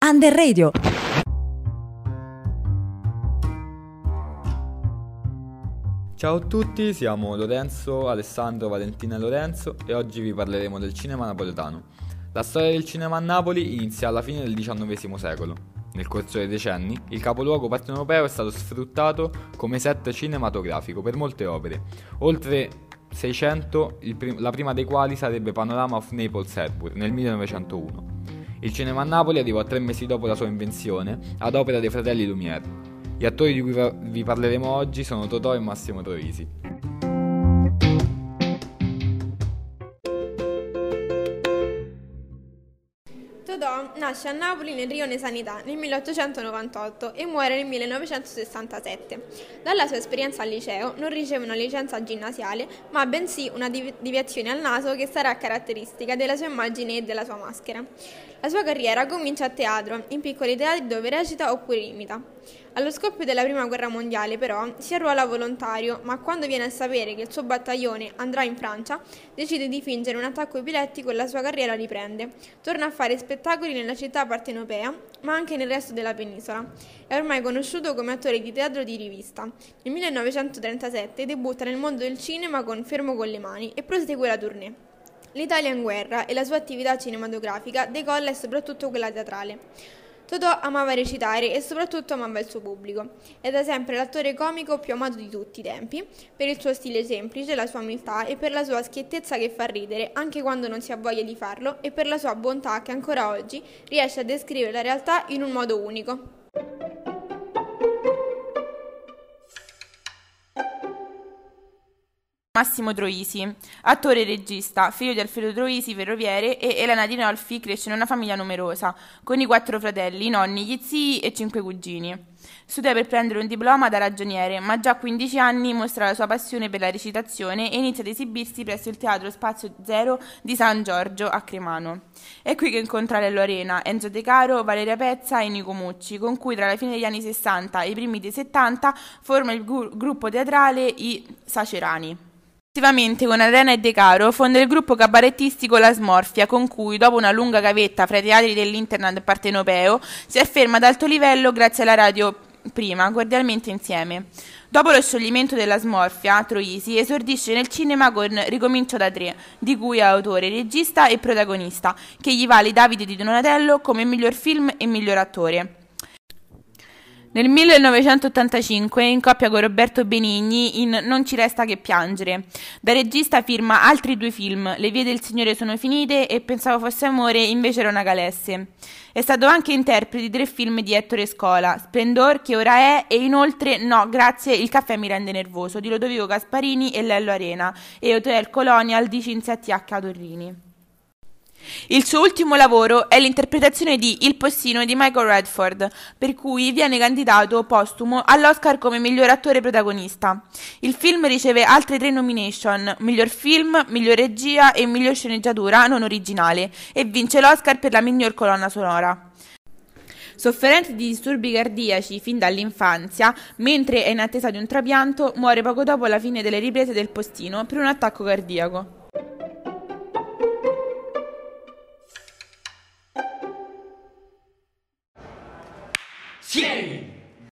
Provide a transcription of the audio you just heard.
Under Radio. Ciao a tutti, siamo Lorenzo, Alessandro, Valentina e Lorenzo e oggi vi parleremo del cinema napoletano. La storia del cinema a Napoli inizia alla fine del XIX secolo. Nel corso dei decenni, il capoluogo partenopeo è stato sfruttato come set cinematografico per molte opere, oltre 600, la prima dei quali sarebbe Panorama of Naples Hepburn nel 1901. Il cinema a Napoli arrivò 3 mesi dopo la sua invenzione, ad opera dei fratelli Lumière. Gli attori di cui vi parleremo oggi sono Totò e Massimo Troisi. Totò nasce a Napoli nel rione Sanità nel 1898 e muore nel 1967. Dalla sua esperienza al liceo non riceve una licenza ginnasiale, ma bensì una deviazione al naso che sarà caratteristica della sua immagine e della sua maschera. La sua carriera comincia a teatro, in piccoli teatri dove recita oppure imita. Allo scoppio della Prima Guerra Mondiale, però, si arruola volontario, ma quando viene a sapere che il suo battaglione andrà in Francia, decide di fingere un attacco epilettico e la sua carriera riprende. Torna a fare spettacoli nella città partenopea, ma anche nel resto della penisola. È ormai conosciuto come attore di teatro di rivista. Nel 1937 debutta nel mondo del cinema con Fermo con le mani e prosegue la tournée. L'Italia è in guerra e la sua attività cinematografica decolla e soprattutto quella teatrale. Totò amava recitare e soprattutto amava il suo pubblico. È da sempre l'attore comico più amato di tutti i tempi, per il suo stile semplice, la sua umiltà e per la sua schiettezza che fa ridere anche quando non si ha voglia di farlo e per la sua bontà che ancora oggi riesce a descrivere la realtà in un modo unico. Massimo Troisi, attore e regista, figlio di Alfredo Troisi, ferroviere, e Elena Dinolfi, cresce in una famiglia numerosa, con i 4 fratelli, i nonni, gli zii e 5 cugini. Studia per prendere un diploma da ragioniere, ma già a 15 anni mostra la sua passione per la recitazione e inizia ad esibirsi presso il Teatro Spazio Zero di San Giorgio a Cremano. È qui che incontra Lello Arena, Enzo De Caro, Valeria Pezza e Nico Mucci, con cui tra la fine degli anni 60 e i primi dei 70 forma il gruppo teatrale I Sacerani. Successivamente con Arena e De Caro fonda il gruppo cabarettistico La Smorfia, con cui dopo una lunga gavetta fra i teatri dell'Interland partenopeo si afferma ad alto livello grazie alla radio Prima, Cordialmente Insieme. Dopo lo scioglimento della Smorfia, Troisi esordisce nel cinema con Ricomincio da 3, di cui è autore, regista e protagonista, che gli vale Davide di Donatello come miglior film e miglior attore. Nel 1985 in coppia con Roberto Benigni in Non ci resta che piangere. Da regista firma altri 2 film, Le vie del Signore sono finite e Pensavo fosse amore, invece era una calesse. È stato anche interprete di 3 film di Ettore Scola, Splendor, Che ora è, e inoltre No, grazie, Il caffè mi rende nervoso, di Lodovico Gasparini e Lello Arena, e Hotel Colonial di Cinzia T.H. Torrini. Il suo ultimo lavoro è l'interpretazione di Il Postino di Michael Radford, per cui viene candidato postumo all'Oscar come miglior attore protagonista. Il film riceve altre 3 nomination, miglior film, miglior regia e miglior sceneggiatura non originale, e vince l'Oscar per la miglior colonna sonora. Sofferente di disturbi cardiaci fin dall'infanzia, mentre è in attesa di un trapianto, muore poco dopo la fine delle riprese del Postino per un attacco cardiaco.